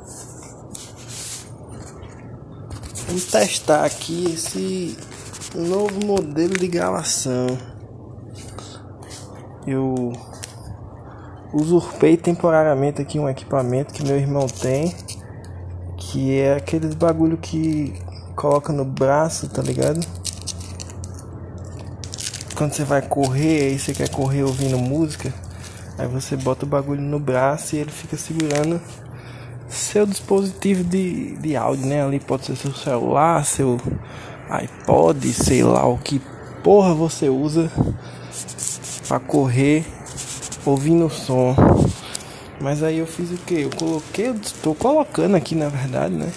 Vamos testar aqui esse novo modelo de gravação. Eu usurpei temporariamente aqui um equipamento que meu irmão tem, que é aqueles bagulho que coloca no braço, tá ligado? Quando você vai correr, aí você quer correr ouvindo música, aí você bota o bagulho no braço e ele fica segurando seu dispositivo de áudio, né? Ali pode ser seu celular, seu iPod, sei lá o que porra você usa pra correr ouvindo o som. Mas aí eu fiz o que? Eu estou colocando aqui, na verdade, né,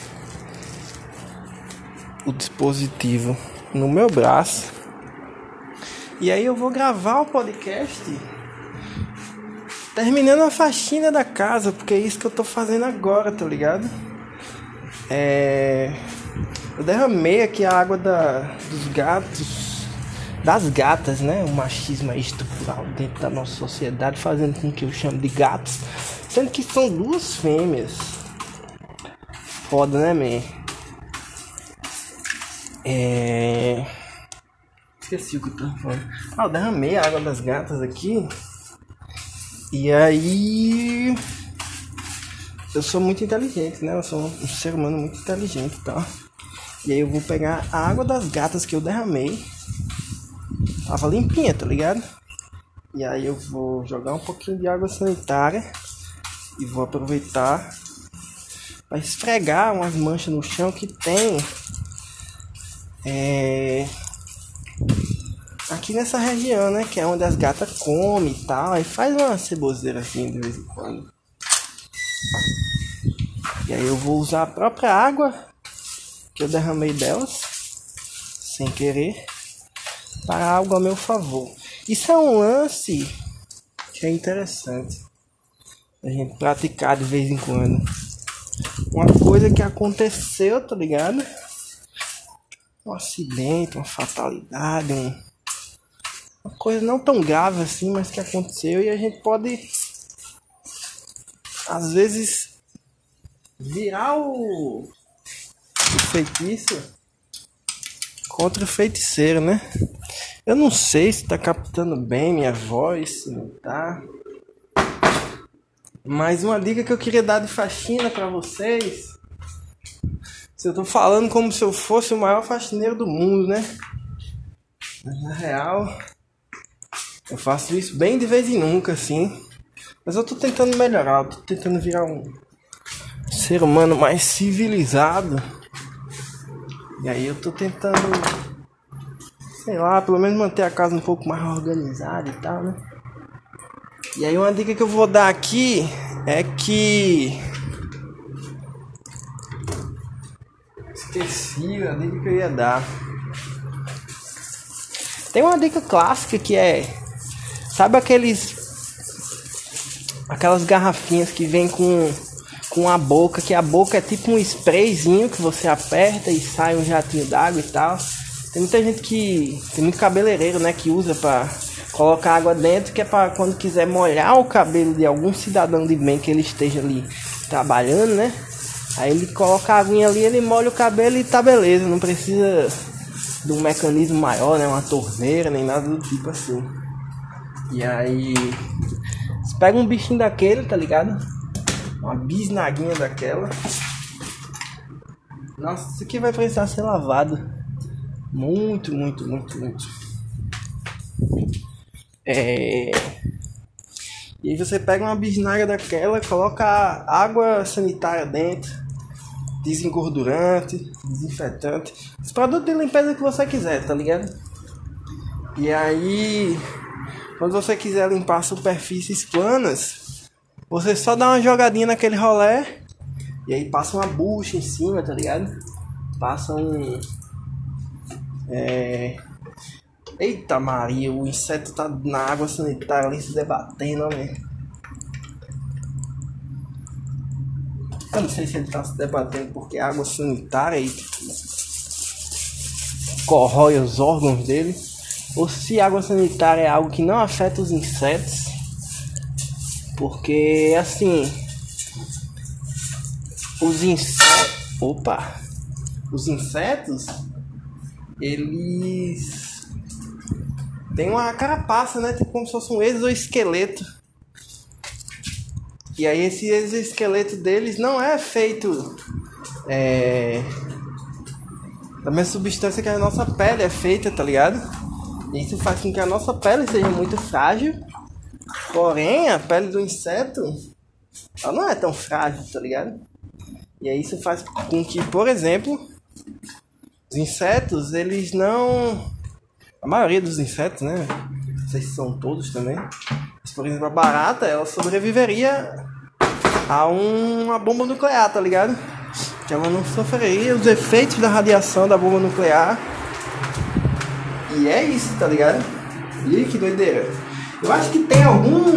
o dispositivo no meu braço. E aí eu vou gravar o podcast terminando a faxina da casa, porque é isso que eu tô fazendo agora, tá ligado? Eu derramei aqui a água dos gatos, das gatas, né? O machismo é estrutural dentro da nossa sociedade, fazendo com que eu chame de gatos, sendo que são duas fêmeas. Foda, né, man? Esqueci o que eu tava falando. Eu derramei a água das gatas aqui. E aí, eu sou muito inteligente, né? Eu sou um ser humano muito inteligente, tá? E aí eu vou pegar a água das gatas que eu derramei. Tava limpinha, tá ligado? E aí eu vou jogar um pouquinho de água sanitária e vou aproveitar para esfregar umas manchas no chão que tem aqui nessa região, né? Que é onde as gatas comem e tal. E faz uma ceboseira assim de vez em quando. E aí eu vou usar a própria água que eu derramei delas, sem querer, para algo a meu favor. Isso é um lance que é interessante a gente praticar de vez em quando. Uma coisa que aconteceu, tá ligado? Um acidente, uma fatalidade, uma coisa não tão grave assim, mas que aconteceu, e a gente pode às vezes virar o feitiço contra o feiticeiro, né? Eu não sei se tá captando bem minha voz, se não tá. Mas uma dica que eu queria dar de faxina pra vocês. Se eu tô falando como se eu fosse o maior faxineiro do mundo, né? Mas na real, eu faço isso bem de vez em nunca, assim. Mas eu tô tentando melhorar, eu tô tentando virar um ser humano mais civilizado. E aí eu tô tentando, sei lá, pelo menos manter a casa um pouco mais organizada e tal, né? E aí uma dica que eu vou dar aqui é que... Esqueci a dica que eu ia dar. Tem uma dica clássica que é... Sabe aquelas garrafinhas que vem com a boca, que a boca é tipo um sprayzinho que você aperta e sai um jatinho d'água e tal. Tem muita gente tem muito cabeleireiro, né, que usa pra colocar água dentro, que é pra quando quiser molhar o cabelo de algum cidadão de bem que ele esteja ali trabalhando, né? Aí ele coloca a aguinha ali, ele molha o cabelo e tá beleza, não precisa de um mecanismo maior, né, uma torneira, nem nada do tipo assim. E aí você pega um bichinho daquele, tá ligado? Uma bisnaguinha daquela. Nossa, isso aqui vai precisar ser lavado. Muito, muito, muito, muito. E aí você pega uma bisnaga daquela, coloca água sanitária dentro, desengordurante, desinfetante, os produtos de limpeza que você quiser, tá ligado? E aí, quando você quiser limpar superfícies planas, você só dá uma jogadinha naquele rolé e aí passa uma bucha em cima, tá ligado? Passa Eita Maria, o inseto tá na água sanitária ali se debatendo, ó, né? Eu não sei se ele tá se debatendo porque a água sanitária aí corrói os órgãos dele, ou se a água sanitária é algo que não afeta os insetos. Porque assim, Os insetos... Opa! Os insetos, eles têm uma carapaça, né? Tipo como se fosse um exoesqueleto. E aí esse exoesqueleto deles não é feito da mesma substância que a nossa pele é feita, tá ligado? E isso faz com que a nossa pele seja muito frágil. Porém, a pele do inseto, ela não é tão frágil, tá ligado? E aí isso faz com que, por exemplo, os insetos, eles não... A maioria dos insetos, né? Não sei se são todos também. Mas, por exemplo, a barata, ela sobreviveria a uma bomba nuclear, tá ligado? Que ela não sofreria os efeitos da radiação da bomba nuclear. E é isso, tá ligado? E aí, que doideira. Eu acho que tem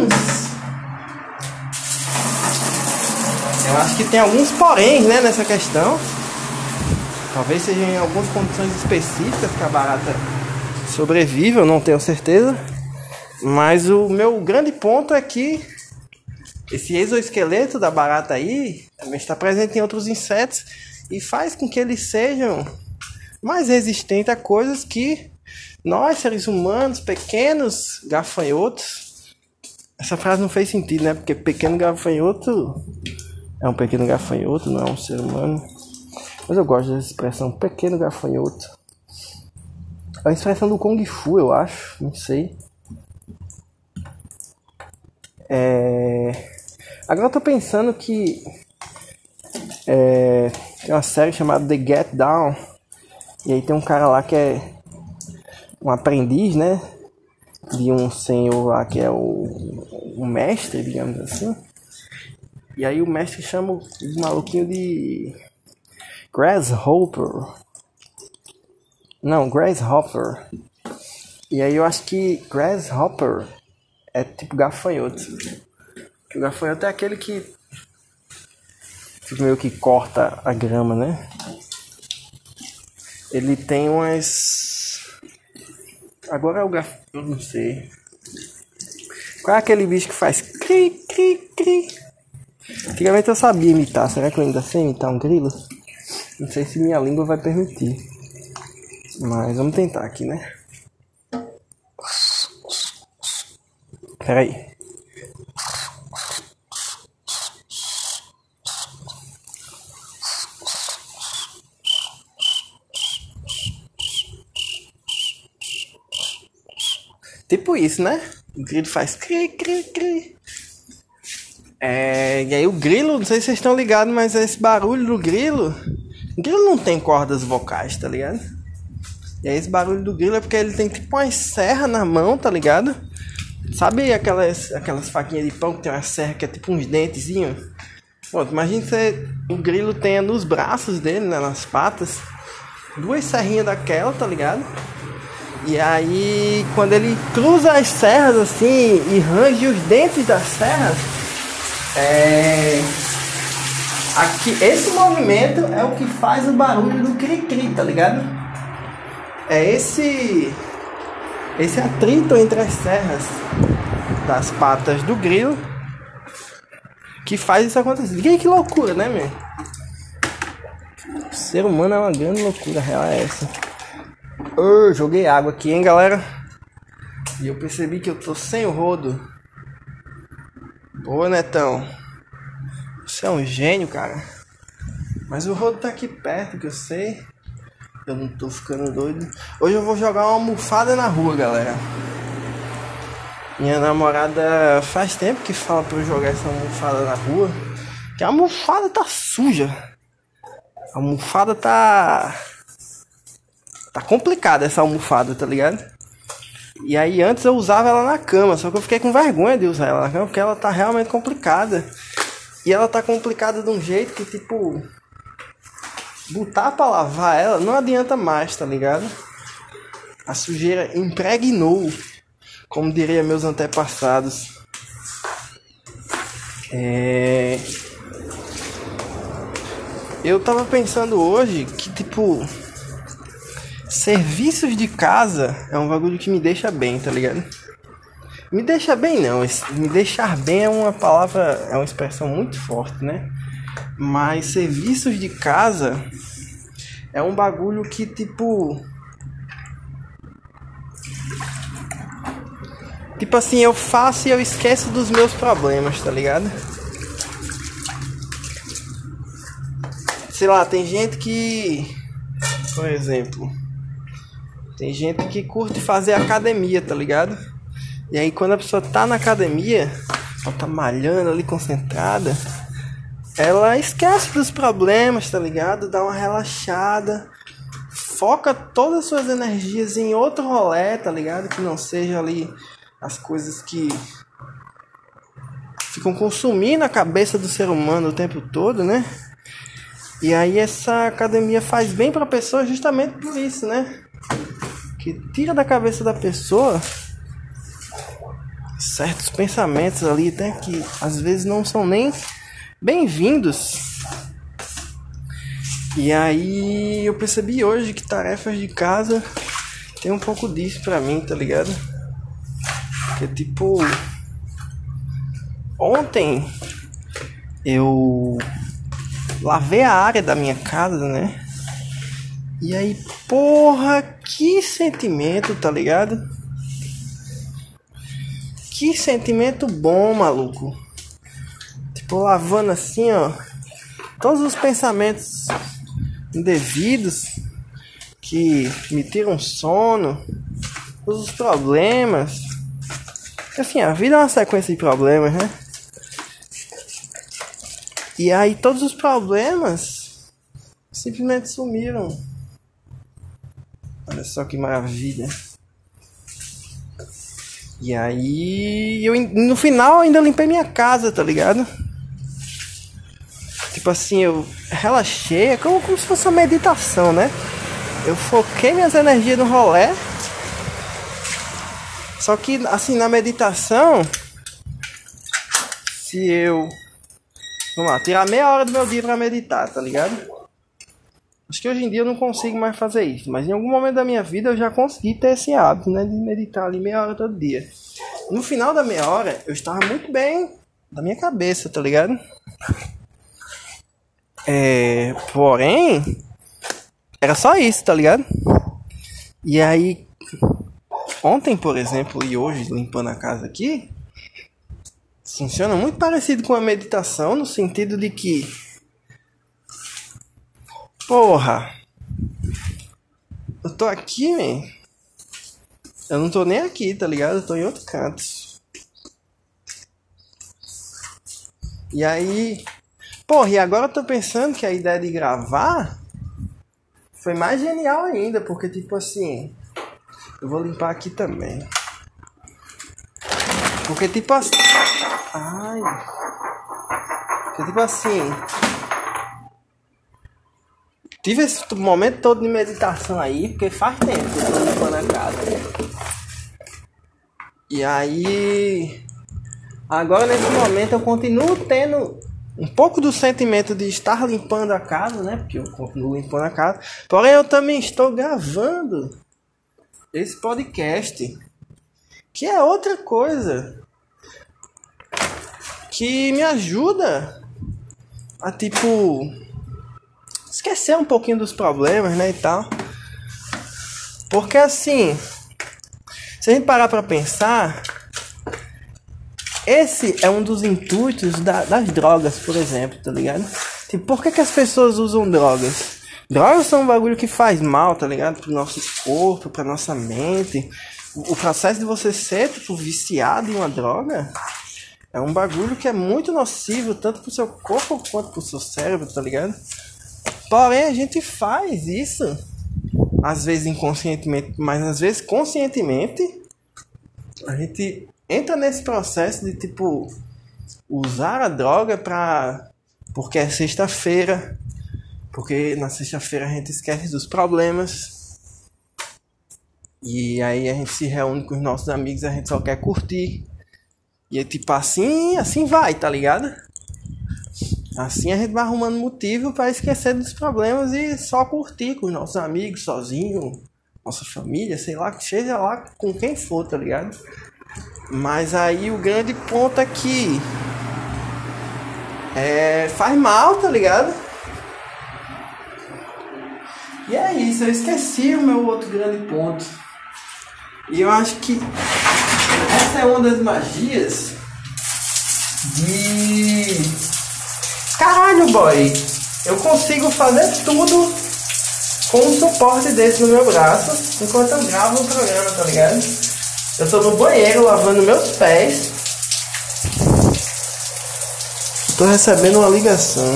alguns poréns, né, nessa questão. Talvez seja em algumas condições específicas que a barata sobrevive, eu não tenho certeza. Mas o meu grande ponto é que esse exoesqueleto da barata aí também está presente em outros insetos e faz com que eles sejam mais resistentes a coisas que nós, seres humanos, pequenos gafanhotos... Essa frase não fez sentido, né? Porque pequeno gafanhoto é um pequeno gafanhoto, não é um ser humano. Mas eu gosto dessa expressão, pequeno gafanhoto. É uma expressão do Kung Fu, eu acho, não sei. Agora eu tô pensando que tem uma série chamada The Get Down. E aí tem um cara lá que é um aprendiz, né? De um senhor lá que é o mestre, digamos assim. E aí o mestre chama o maluquinho de Grasshopper. Não, Grasshopper. E aí eu acho que Grasshopper é tipo gafanhoto. Que o gafanhoto é aquele que tipo, meio que corta a grama, né? Ele tem umas... Agora é o gafanhoto, eu não sei. Qual é aquele bicho que faz cri, cri, cri? Antigamente eu sabia imitar. Será que eu ainda sei imitar um grilo? Não sei se minha língua vai permitir. Mas vamos tentar aqui, né? Pera aí. Tipo isso, né? O grilo faz cri, cri, cri. E aí o grilo, não sei se vocês estão ligados, mas esse barulho do grilo... O grilo não tem cordas vocais, tá ligado? E aí esse barulho do grilo é porque ele tem tipo uma serra na mão, tá ligado? Sabe aquelas faquinhas de pão que tem uma serra que é tipo uns dentezinhos? Pronto, imagina que o grilo tenha nos braços dele, né, nas patas, duas serrinhas daquela, tá ligado? E aí, quando ele cruza as serras assim e range os dentes das serras, aqui, esse movimento é o que faz o barulho do cri-cri, tá ligado? É esse atrito entre as serras das patas do grilo que faz isso acontecer. Que loucura, né, meu? O ser humano é uma grande loucura, a real é essa. Joguei água aqui, hein, galera? E eu percebi que eu tô sem o rodo. Boa, Netão. Você é um gênio, cara. Mas o rodo tá aqui perto, que eu sei. Eu não tô ficando doido. Hoje eu vou jogar uma almofada na rua, galera. Minha namorada faz tempo que fala pra eu jogar essa almofada na rua. Que a almofada tá suja. A almofada tá complicada, essa almofada, tá ligado? E aí antes eu usava ela na cama, só que eu fiquei com vergonha de usar ela na cama, porque ela tá realmente complicada. E ela tá complicada de um jeito que, tipo, botar pra lavar ela não adianta mais, tá ligado? A sujeira impregnou, como diria meus antepassados. Eu tava pensando hoje que, tipo, serviços de casa é um bagulho que me deixa bem, tá ligado? Me deixa bem não, me deixar bem é uma palavra, é uma expressão muito forte, né? Mas serviços de casa é um bagulho que, tipo assim, eu faço e eu esqueço dos meus problemas, tá ligado? Sei lá, tem gente que, por exemplo, tem gente que curte fazer academia, tá ligado? E aí quando a pessoa tá na academia, ela tá malhando ali concentrada, ela esquece dos problemas, tá ligado? Dá uma relaxada, foca todas as suas energias em outro rolê, tá ligado? Que não seja ali as coisas que ficam consumindo a cabeça do ser humano o tempo todo, né? E aí essa academia faz bem pra pessoa justamente por isso, né? Que tira da cabeça da pessoa certos pensamentos ali, até que às vezes não são nem bem-vindos. E aí eu percebi hoje que tarefas de casa tem um pouco disso pra mim, tá ligado? Que tipo, ontem eu lavei a área da minha casa, né? E aí, porra, que sentimento, tá ligado? Que sentimento bom, maluco. Tipo, lavando assim, ó, todos os pensamentos indevidos que me tiram sono, todos os problemas. Assim, a vida é uma sequência de problemas, né? E aí todos os problemas simplesmente sumiram. Olha só que maravilha. E aí no final ainda limpei minha casa, tá ligado? Tipo assim, eu relaxei, é como se fosse uma meditação, né? Eu foquei minhas energias no rolê. Só que assim, na meditação, se eu, vamos lá, tirar meia hora do meu dia pra meditar, tá ligado? Acho que hoje em dia eu não consigo mais fazer isso, mas em algum momento da minha vida eu já consegui ter esse hábito, né, de meditar ali meia hora todo dia. No final da meia hora eu estava muito bem da minha cabeça, tá ligado? Porém, era só isso, tá ligado? E aí, ontem, por exemplo, e hoje, limpando a casa aqui, funciona muito parecido com a meditação, no sentido de que, porra, eu tô aqui, man. Eu não tô nem aqui, tá ligado? Eu tô em outro canto. E aí, porra, e agora eu tô pensando que a ideia de gravar foi mais genial ainda, porque tipo assim, eu vou limpar aqui também. Porque tipo assim, porque tipo assim, tive esse momento todo de meditação aí, porque faz tempo que eu tô limpando a casa. E aí, agora nesse momento eu continuo tendo um pouco do sentimento de estar limpando a casa, né? Porque eu continuo limpando a casa. Porém, eu também estou gravando esse podcast, que é outra coisa que me ajuda a, tipo, esquecer um pouquinho dos problemas, né, e tal. Porque assim, se a gente parar pra pensar, esse é um dos intuitos das drogas, por exemplo, tá ligado? Tipo, por que as pessoas usam drogas? Drogas são um bagulho que faz mal, tá ligado? Pro nosso corpo, pra nossa mente. O processo de você ser, tipo, viciado em uma droga é um bagulho que é muito nocivo, tanto pro seu corpo quanto pro seu cérebro, tá ligado? Porém, a gente faz isso, às vezes inconscientemente, mas às vezes conscientemente, a gente entra nesse processo de, tipo, usar a droga porque é sexta-feira, porque na sexta-feira a gente esquece dos problemas, e aí a gente se reúne com os nossos amigos, a gente só quer curtir, e é tipo assim vai, tá ligado? Assim a gente vai arrumando motivo para esquecer dos problemas e só curtir com os nossos amigos, sozinho, nossa família, sei lá, que seja lá com quem for, tá ligado? Mas aí o grande ponto é que faz mal, tá ligado? E é isso, eu esqueci o meu outro grande ponto. E eu acho que essa é uma das magias de... Caralho, boy! Eu consigo fazer tudo com um suporte desse no meu braço enquanto eu gravo o programa, tá ligado? Eu tô no banheiro lavando meus pés. Tô recebendo uma ligação.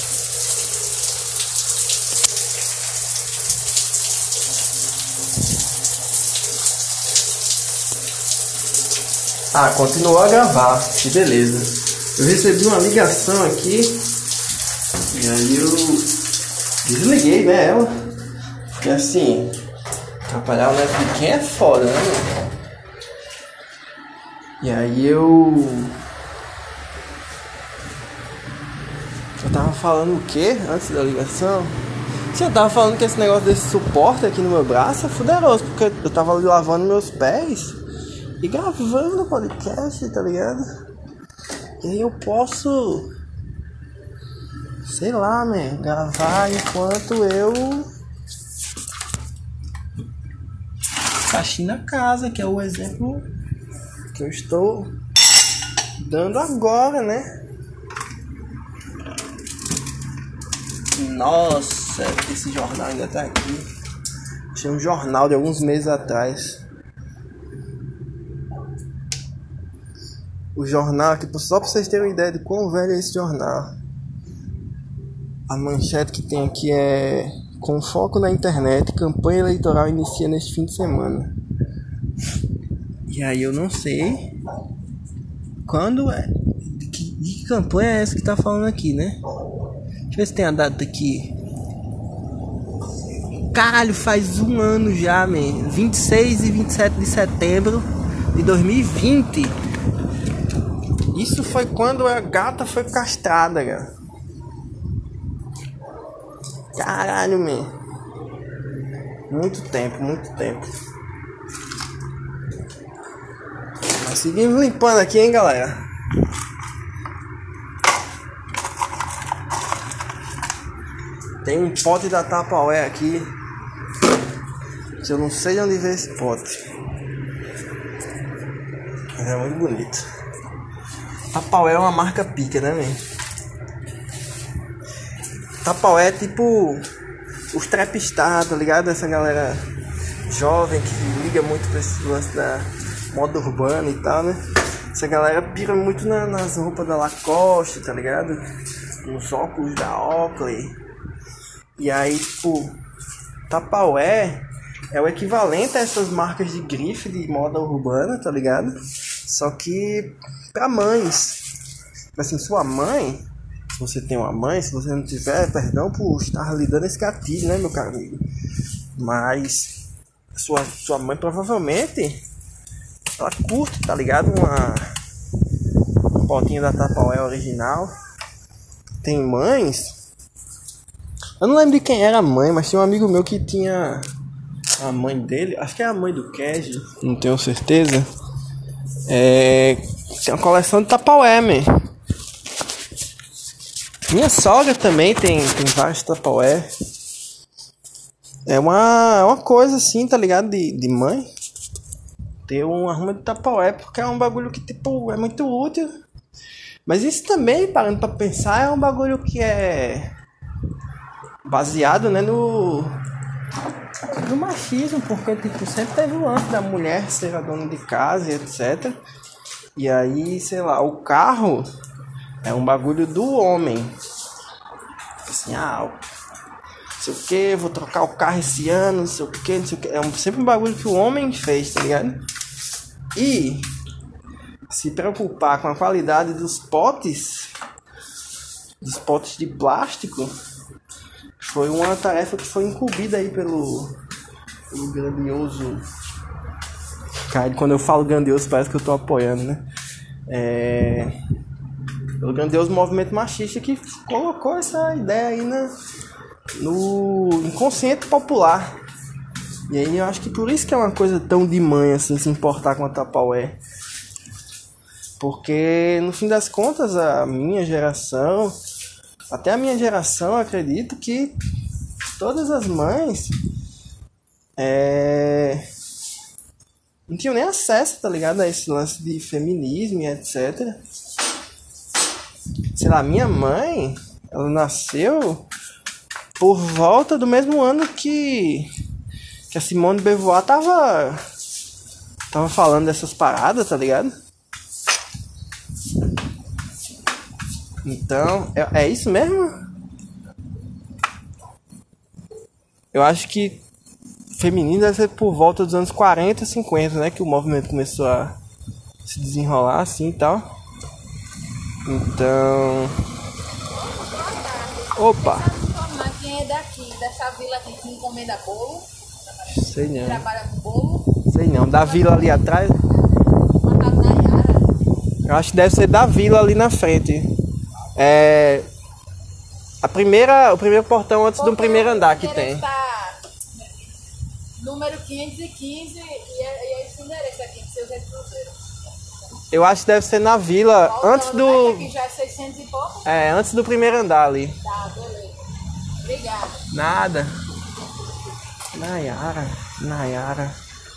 Ah, continuou a gravar, que beleza. Eu recebi uma ligação aqui e aí eu desliguei, né, ela. Porque assim, atrapalhar o neto de quem é foda, né, meu? E aí eu tava falando o que antes da ligação? Sim, eu tava falando que esse negócio desse suporte aqui no meu braço é fuderoso, porque eu tava lavando meus pés e gravando o podcast, tá ligado? E aí eu posso, sei lá, man, gravar enquanto eu faxino a casa, que é o exemplo que eu estou dando agora, né? Nossa, esse jornal ainda tá aqui. Tinha um jornal de alguns meses atrás. O jornal aqui, só pra vocês terem uma ideia de quão velho é esse jornal. A manchete que tem aqui é: com foco na internet, campanha eleitoral inicia neste fim de semana. E aí eu não sei quando é. De que campanha é essa que tá falando aqui, né? Deixa eu ver se tem a data aqui. Caralho, faz um ano já, man. 26 e 27 de setembro de 2020. Isso foi quando a gata foi castrada, cara. Caralho, man. Muito tempo, muito tempo. Mas seguimos limpando aqui, hein, galera. Tem um pote da Tupperware aqui, que eu não sei de onde veio esse pote. Mas é muito bonito. Tupperware é uma marca pica, né, man? Tupperware é tipo os trapstar, tá ligado? Essa galera jovem que liga muito pra esse lance da moda urbana e tal, né? Essa galera pira muito nas roupas da Lacoste, tá ligado? Nos óculos da Oakley. E aí, tipo, Tupperware é o equivalente a essas marcas de grife de moda urbana, tá ligado? Só que pra mães. Assim, sua mãe, se você tem uma mãe, se você não tiver, perdão por estar lhe dando esse gatilho, né, meu caro amigo? Mas sua mãe provavelmente ela curte, tá ligado? Um potinho da Tupperware original. Tem mães, eu não lembro de quem era a mãe, mas tinha um amigo meu que tinha a mãe dele, acho que é a mãe do Cash, não tenho certeza. Tem uma coleção de Tupperware, man. Minha sogra também tem vários Tupperware. É uma coisa assim, tá ligado? De mãe. Ter uma arruma de Tupperware, porque é um bagulho que, tipo, é muito útil. Mas isso também, parando pra pensar, é um bagulho que é baseado, né, no machismo, porque, tipo, sempre teve o lance da mulher ser a dona de casa e etc. E aí, sei lá, o carro é um bagulho do homem. Assim, não sei o que, vou trocar o carro esse ano, não sei o que, não sei o que. É sempre um bagulho que o homem fez, tá ligado? E se preocupar com a qualidade dos potes de plástico, foi uma tarefa que foi incumbida aí pelo grandioso... Cara, quando eu falo grandioso parece que eu tô apoiando, né? Pelo grandioso movimento machista que colocou essa ideia aí no inconsciente popular. E aí eu acho que por isso que é uma coisa tão de mãe assim, se importar com a Tupperware. Porque no fim das contas a minha geração, até a minha geração, eu acredito que todas as mães não tinham nem acesso, tá ligado? A esse lance de feminismo e etc. Sei lá, minha mãe, ela nasceu por volta do mesmo ano que a Simone de Beauvoir tava falando dessas paradas, tá ligado? Então, é isso mesmo? Eu acho que feminismo deve ser por volta dos anos 40, 50, né? Que o movimento começou a se desenrolar assim e tal. Então... Opa! Quem é daqui, dessa vila aqui, que encomenda bolo? Sei não. Trabalha com bolo? Sei não. Da vila ali atrás? Mandado na Yara. Eu acho que deve ser da vila ali na frente. O primeiro portão antes do primeiro andar que tem. Tá número 515 e é esse endereço aqui, que seus Cruzeiro. Eu acho que deve ser na vila, antes do... Aqui já é 600 e pouco? antes do primeiro andar ali. Tá, beleza. Obrigada. Nada. Nayara.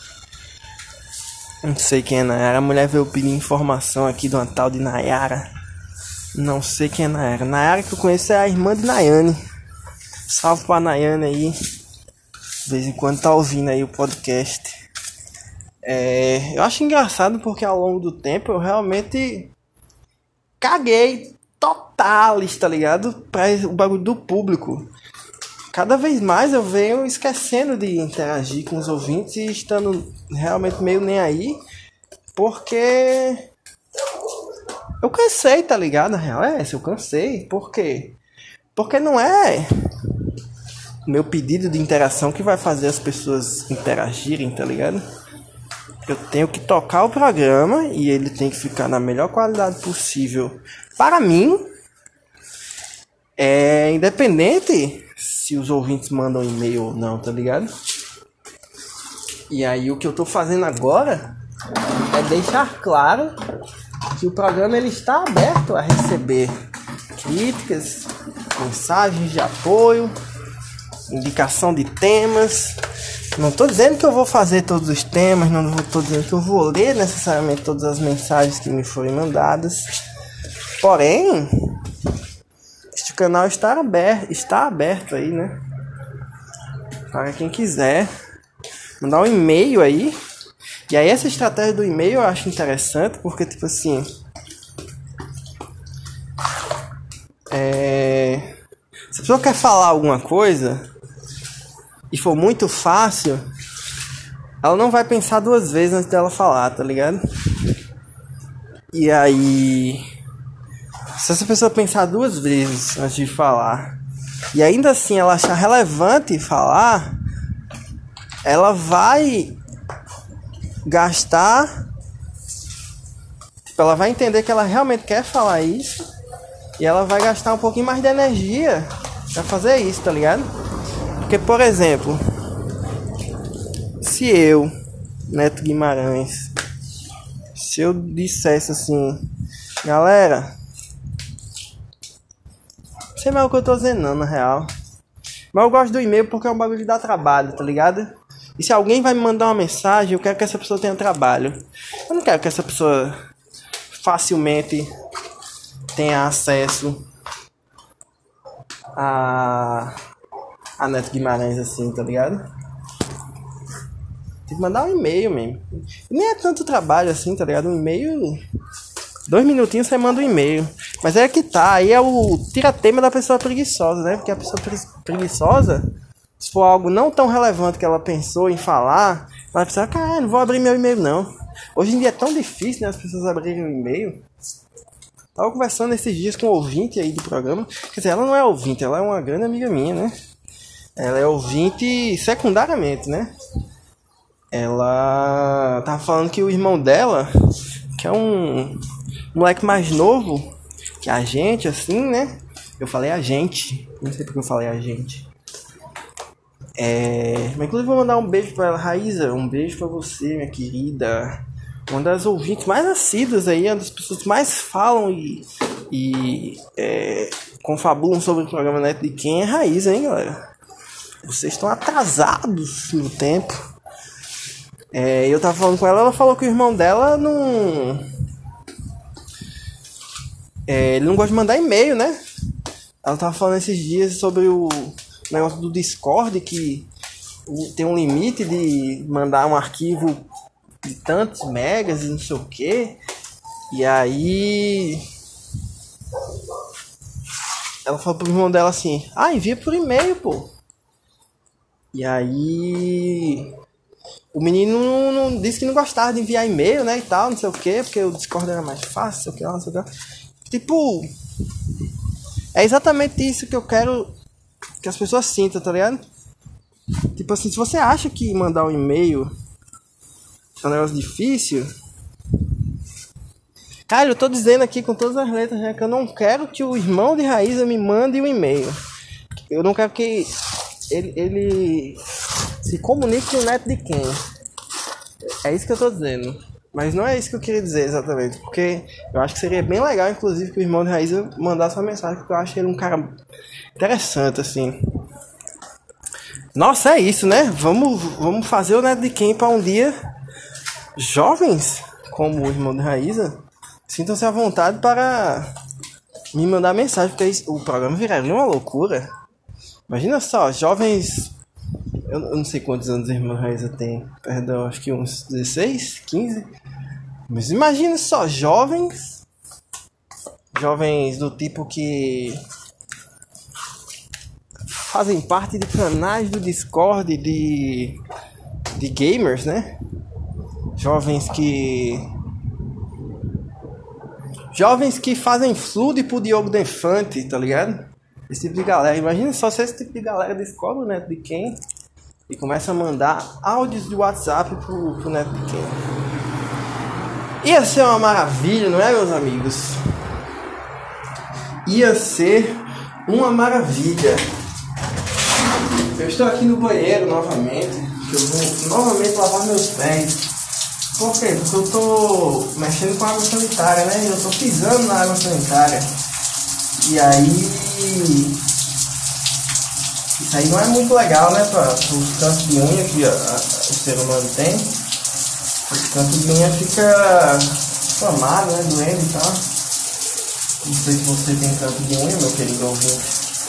Não sei quem é Nayara. A mulher veio pedir informação aqui de uma tal de Nayara. Não sei quem é Nayara. Nayara que eu conheço é a irmã de Nayane. Salve pra Nayane aí. De vez em quando tá ouvindo aí o podcast. Eu acho engraçado porque ao longo do tempo eu realmente caguei totalis, tá ligado? Pra o bagulho do público. Cada vez mais eu venho esquecendo de interagir com os ouvintes e estando realmente meio nem aí. Porque eu cansei, tá ligado? A real é essa, eu cansei. Por quê? Porque não é o meu pedido de interação que vai fazer as pessoas interagirem, tá ligado? Eu tenho que tocar o programa e ele tem que ficar na melhor qualidade possível para mim. Independente se os ouvintes mandam e-mail ou não, tá ligado? E aí o que eu tô fazendo agora é deixar claro que o programa ele está aberto a receber críticas, mensagens de apoio, indicação de temas. Não estou dizendo que eu vou fazer todos os temas, não estou dizendo que eu vou ler necessariamente todas as mensagens que me forem mandadas. Porém, este canal está aberto aí, né? Para quem quiser mandar um e-mail aí. E aí essa estratégia do e-mail eu acho interessante, porque tipo assim... se a pessoa quer falar alguma coisa e for muito fácil, ela não vai pensar duas vezes antes dela falar, tá ligado? E aí, se essa pessoa pensar duas vezes antes de falar e ainda assim ela achar relevante falar, ela vai gastar, ela vai entender que ela realmente quer falar isso e ela vai gastar um pouquinho mais de energia pra fazer isso, tá ligado? Porque, por exemplo, se eu, Neto Guimarães, se eu dissesse assim, galera, não sei mais o que eu tô dizendo não, na real, mas eu gosto do e-mail porque é um bagulho que dá trabalho, tá ligado? E se alguém vai me mandar uma mensagem, eu quero que essa pessoa tenha trabalho. Eu não quero que essa pessoa facilmente tenha acesso a Neto Guimarães assim, tá ligado? Tem que mandar um e-mail mesmo. Nem é tanto trabalho assim, tá ligado? Um e-mail, 2 minutinhos você manda um e-mail. Mas é que tá, aí é o tira-tema da pessoa preguiçosa, né? Porque a pessoa preguiçosa, se for algo não tão relevante que ela pensou em falar, ela pensa, cara, não vou abrir meu e-mail não. Hoje em dia é tão difícil, né, as pessoas abrirem o e-mail. Tava conversando esses dias com um ouvinte aí do programa. Quer dizer, ela não é ouvinte, ela é uma grande amiga minha, né? Ela é ouvinte secundariamente, né? Ela tava falando que o irmão dela, que é um moleque mais novo que a gente, assim, né? Eu falei a gente, não sei porque eu falei a gente. Mas inclusive vou mandar um beijo pra ela. Raíza, um beijo pra você, minha querida. uma das ouvintes mais assíduas aí, uma das pessoas que mais falam e confabulam sobre o programa Neto de Quem é Raíza, hein, galera? Vocês estão atrasados no tempo. Eu tava falando com ela, ela falou que o irmão dela não... ele não gosta de mandar e-mail, né? Ela tava falando esses dias sobre o negócio do Discord, que tem um limite de mandar um arquivo de tantos megas e não sei o que. E aí ela falou pro irmão dela assim: envia por e-mail, pô. E aí o menino não disse que não gostava de enviar e-mail, né, e tal, não sei o que, porque o Discord era mais fácil, não sei o que. Tipo, é exatamente isso que eu quero que as pessoas sintam, tá ligado? Tipo assim, se você acha que mandar um e-mail é um negócio difícil, cara, eu tô dizendo aqui com todas as letras, né, que eu não quero que o irmão de Raíza me mande um e-mail. Eu não quero que ele se comunique com o Neto de Quem. É isso que eu tô dizendo. Mas não é isso que eu queria dizer exatamente. Porque eu acho que seria bem legal, inclusive, que o irmão de Raíza mandasse uma mensagem, porque eu acho ele um cara interessante, assim. Nossa, é isso, né? Vamos fazer o Neto de Quem para um dia. Jovens, como o irmão de Raíza, sintam-se à vontade para me mandar mensagem, porque o programa viraria uma loucura. Imagina só, jovens... Eu não sei quantos anos a irmã Raíza tem. Perdão, acho que uns 16, 15. Mas imagina só, jovens do tipo que fazem parte de canais do Discord de gamers, né? Jovens que fazem flood pro Diogo Defante, tá ligado? Esse tipo de galera. Imagina só se esse tipo de galera descobre o Neto de Quem e começa a mandar áudios de WhatsApp pro Neto de Quem. Ia ser uma maravilha, não é, meus amigos? Ia ser uma maravilha. Eu estou aqui no banheiro novamente. Eu vou novamente lavar meus pés. Por quê? Porque eu tô mexendo com água sanitária, né? Eu tô pisando na água sanitária. E aí... isso aí não é muito legal, né? Para os cantos de unha que o ser humano tem. O canto de unha fica inflamado, né? Doendo e tal. Não sei se você tem canto de unha, meu querido ouvinte.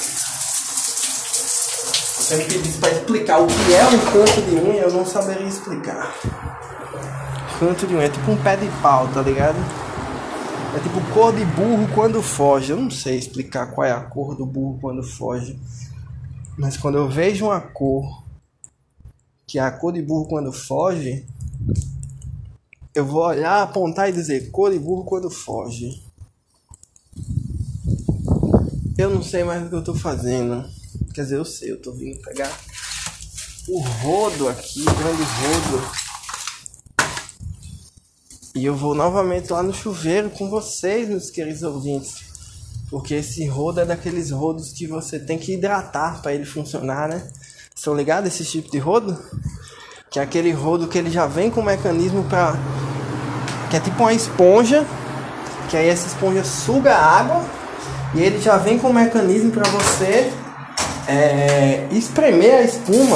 Você me pedisse para explicar o que é um canto de unha, eu não saberia explicar. Canto de unha é tipo um pé de pau, tá ligado? É tipo cor de burro quando foge. Eu não sei explicar qual é a cor do burro quando foge. Mas quando eu vejo uma cor que é a cor de burro quando foge, eu vou olhar, apontar e dizer cor de burro quando foge. Eu não sei mais o que eu tô fazendo. Quer dizer, eu sei, eu tô vindo pegar o rodo aqui, o grande rodo. E eu vou novamente lá no chuveiro com vocês, meus queridos ouvintes. Porque esse rodo é daqueles rodos que você tem que hidratar para ele funcionar, né? Estão ligados esse tipo de rodo? Que é aquele rodo que ele já vem com um mecanismo para... que é tipo uma esponja. Que aí essa esponja suga a água. E ele já vem com um mecanismo para você espremer a espuma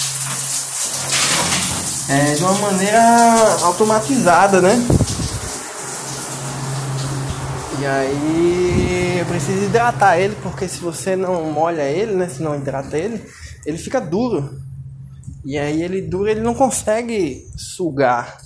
de uma maneira automatizada, né? E aí eu preciso hidratar ele, porque se você não molha ele, né? Se não hidrata ele, ele fica duro. E aí ele duro, ele não consegue sugar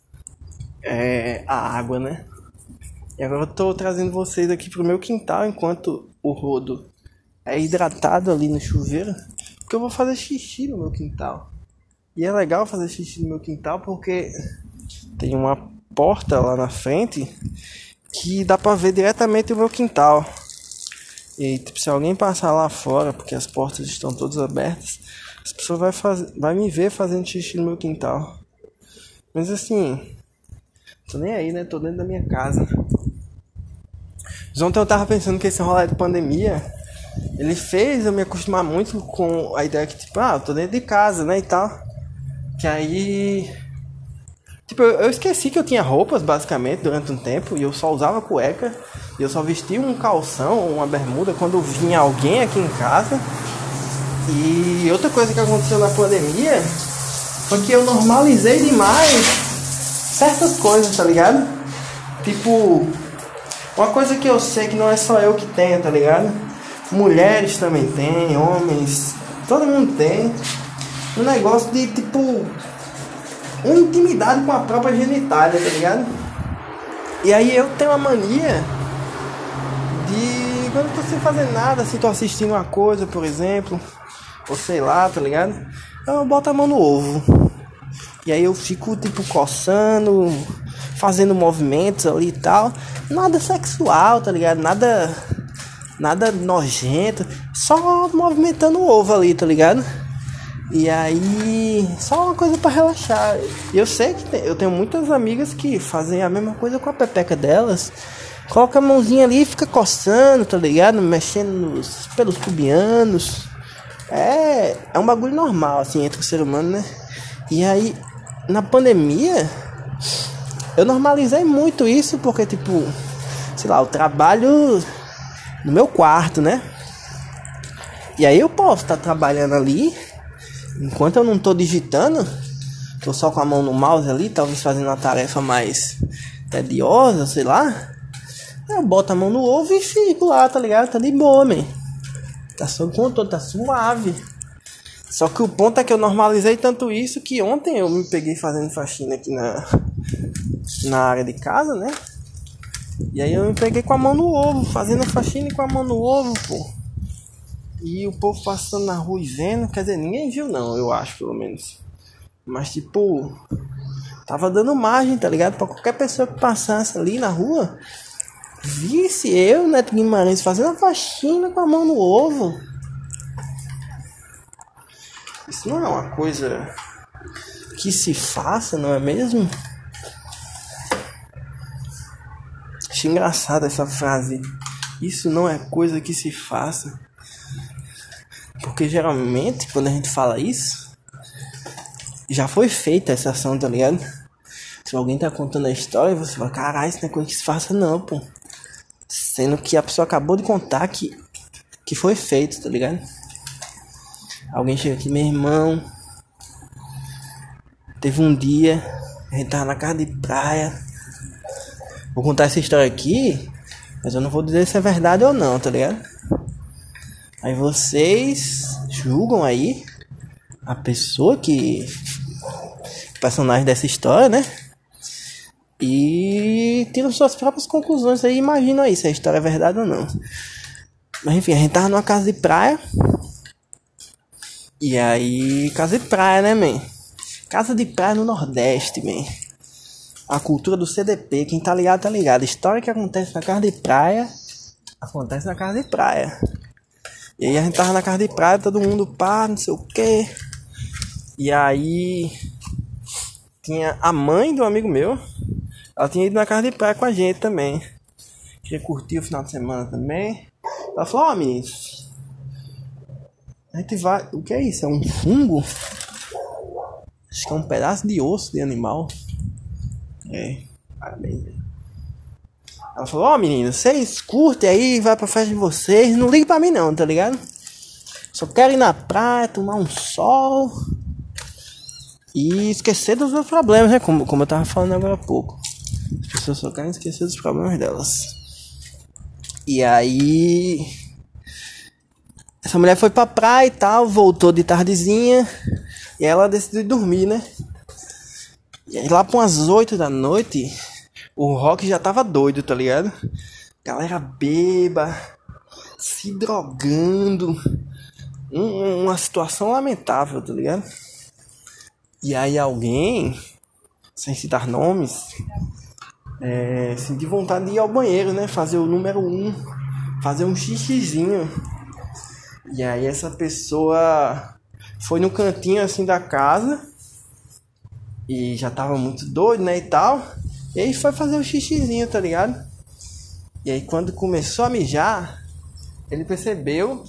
a água, né? E agora eu tô trazendo vocês aqui pro meu quintal enquanto o rodo é hidratado ali no chuveiro, porque eu vou fazer xixi no meu quintal. E é legal fazer xixi no meu quintal porque tem uma porta lá na frente que dá pra ver diretamente o meu quintal. E tipo, se alguém passar lá fora, porque as portas estão todas abertas, as pessoas vai me ver fazendo xixi no meu quintal. Mas assim, tô nem aí, né? Tô dentro da minha casa. Mas ontem eu tava pensando que esse rolê de pandemia, ele fez eu me acostumar muito com a ideia que tipo, eu tô dentro de casa, né, e tal. Que aí, Tipo, eu esqueci que eu tinha roupas, basicamente, durante um tempo, e eu só usava cueca, e eu só vestia um calção ou uma bermuda quando vinha alguém aqui em casa. E outra coisa que aconteceu na pandemia foi que eu normalizei demais certas coisas, tá ligado? Tipo, uma coisa que eu sei que não é só eu que tenho, tá ligado? Mulheres também têm, homens, todo mundo tem. Um negócio de, tipo, uma intimidade com a própria genitália, tá ligado? E aí eu tenho uma mania de, quando eu tô sem fazer nada, se tô assistindo uma coisa, por exemplo, ou sei lá, tá ligado? Eu boto a mão no ovo. E aí eu fico, tipo, coçando, fazendo movimentos ali e tal. Nada sexual, tá ligado? Nada nojento. Só movimentando o ovo ali, tá ligado? E aí, só uma coisa pra relaxar. E eu sei que eu tenho muitas amigas que fazem a mesma coisa com a pepeca delas. Coloca a mãozinha ali e fica coçando, tá ligado? Mexendo nos pelos pubianos. É um bagulho normal, assim, entre o ser humano, né? E aí, na pandemia, eu normalizei muito isso, porque, tipo, sei lá, eu trabalho no meu quarto, né? E aí eu posso estar trabalhando ali, enquanto eu não tô digitando, tô só com a mão no mouse ali, talvez fazendo uma tarefa mais tediosa, sei lá. Eu boto a mão no ovo e fico lá, tá ligado? Tá de boa, man. Tá sob controle, tá suave. Só que o ponto é que eu normalizei tanto isso que ontem eu me peguei fazendo faxina aqui na área de casa, né? E aí eu me peguei com a mão no ovo, fazendo faxina com a mão no ovo, pô. E o povo passando na rua e vendo, quer dizer, ninguém viu não, eu acho, pelo menos. Mas tipo, tava dando margem, tá ligado? Pra qualquer pessoa que passasse ali na rua, visse eu, Neto Guimarães, fazendo a faxina com a mão no ovo. Isso não é uma coisa que se faça, não é mesmo? Acho engraçada essa frase. Isso não é coisa que se faça. Porque geralmente, quando a gente fala isso, já foi feita essa ação, tá ligado? Se alguém tá contando a história, você fala, caralho, isso não é coisa que se faça não, pô. Sendo que a pessoa acabou de contar que foi feito, tá ligado? Alguém chega aqui, meu irmão, teve um dia, a gente tava na casa de praia. Vou contar essa história aqui, mas eu não vou dizer se é verdade ou não, tá ligado? Aí vocês julgam aí a pessoa que... o personagem dessa história, né? E tiram suas próprias conclusões aí, imaginam aí se a história é verdade ou não. Mas enfim, a gente tava numa casa de praia. E aí, casa de praia, né, man? Casa de praia no Nordeste, man. A cultura do CDP, quem tá ligado, tá ligado. A história que acontece na casa de praia, acontece na casa de praia. E aí a gente tava na casa de praia, todo mundo pá, não sei o que. E aí, tinha a mãe de um amigo meu. Ela tinha ido na casa de praia com a gente também. Queria curtir o final de semana também. Ela falou, ó, meninos, a gente vai... O que é isso? É um fungo? Acho que é um pedaço de osso de animal. É, parabéns. Ela falou, ó, meninos, vocês curtem aí, vai pra festa de vocês. Não ligue pra mim não, tá ligado? Só quero ir na praia, tomar um sol e esquecer dos meus problemas, né? Como eu tava falando agora há pouco. As pessoas só querem esquecer dos problemas delas. E aí... essa mulher foi pra praia e tal, voltou de tardezinha. E ela decidiu dormir, né? E aí lá pra umas 8 da noite, o Rock já tava doido, tá ligado? Galera bêbada, se drogando. Uma situação lamentável, tá ligado? E aí alguém, sem citar nomes, sentiu vontade de ir ao banheiro, né? Fazer o número 1, fazer um xixizinho. E aí essa pessoa foi no cantinho assim da casa e já tava muito doido, né, e tal. E aí foi fazer o xixizinho, tá ligado? E aí quando começou a mijar, ele percebeu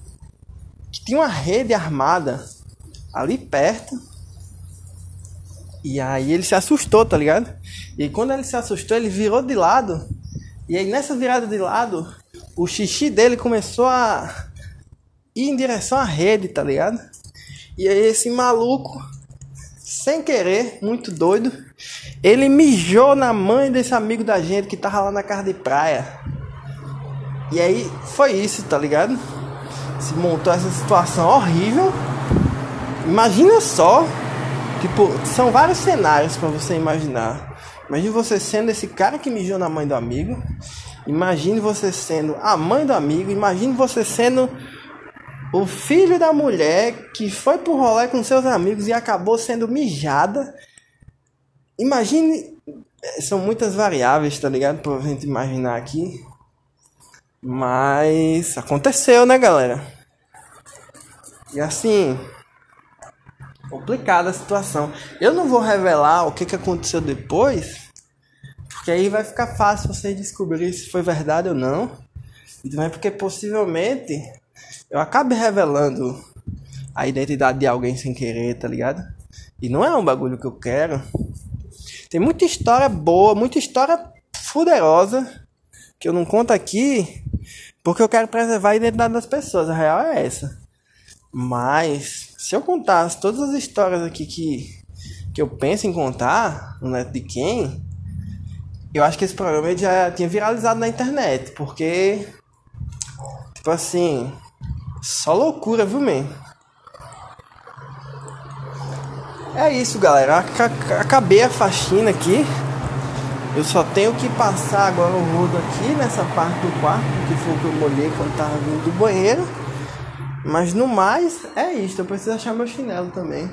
que tinha uma rede armada ali perto. E aí ele se assustou, tá ligado? E quando ele se assustou, ele virou de lado. E aí nessa virada de lado, o xixi dele começou a ir em direção à rede, tá ligado? E aí esse maluco, sem querer, muito doido, ele mijou na mãe desse amigo da gente que tava lá na casa de praia. E aí foi isso, tá ligado? Se montou essa situação horrível. Imagina só, tipo, são vários cenários pra você imaginar. Imagine você sendo esse cara que mijou na mãe do amigo. Imagine você sendo a mãe do amigo. Imagine você sendo o filho da mulher que foi pro rolê com seus amigos e acabou sendo mijada. Imagine, são muitas variáveis, tá ligado? Pra gente imaginar aqui. Mas aconteceu, né, galera? E assim, complicada a situação. Eu não vou revelar o que aconteceu depois, porque aí vai ficar fácil vocês descobrirem se foi verdade ou não. E também porque possivelmente eu acabe revelando a identidade de alguém sem querer, tá ligado? E não é um bagulho que eu quero. Tem muita história boa, muita história fuderosa que eu não conto aqui porque eu quero preservar a identidade das pessoas. A real é essa. Mas se eu contasse todas as histórias aqui que eu penso em contar no Neto de Quem, eu acho que esse programa já tinha viralizado na internet. Porque, tipo assim, só loucura, viu, man? É isso, galera. Acabei a faxina aqui. Eu só tenho que passar agora o rodo aqui nessa parte do quarto, que foi o que eu molhei quando tava vindo do banheiro. Mas no mais, é isso. Eu preciso achar meu chinelo também.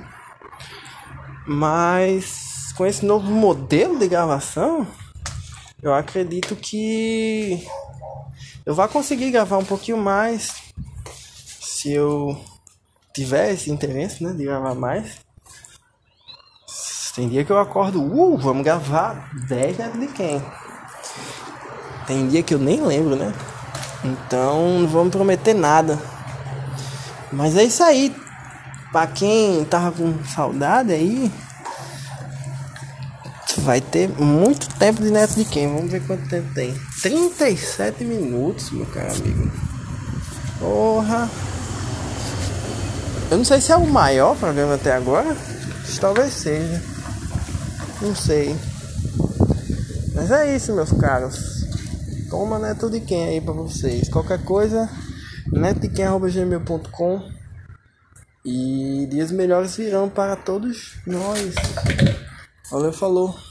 Mas com esse novo modelo de gravação, eu acredito que eu vou conseguir gravar um pouquinho mais. Se eu tiver esse interesse, né, de gravar mais. Tem dia que eu acordo, vamos gravar 10 Neto de Quem. Tem dia que eu nem lembro, né? Então não vamos prometer nada. Mas é isso aí. Pra quem tava com saudade aí, vai ter muito tempo de Neto de Quem. Vamos ver quanto tempo tem. 37 minutos, meu caro amigo. Porra. Eu não sei se é o maior programa até agora. Talvez seja. Não sei. Mas é isso, meus caros. Toma Neto de Quem aí pra vocês. Qualquer coisa, netodequem@gmail.com. E dias melhores virão para todos nós. Valeu, falou.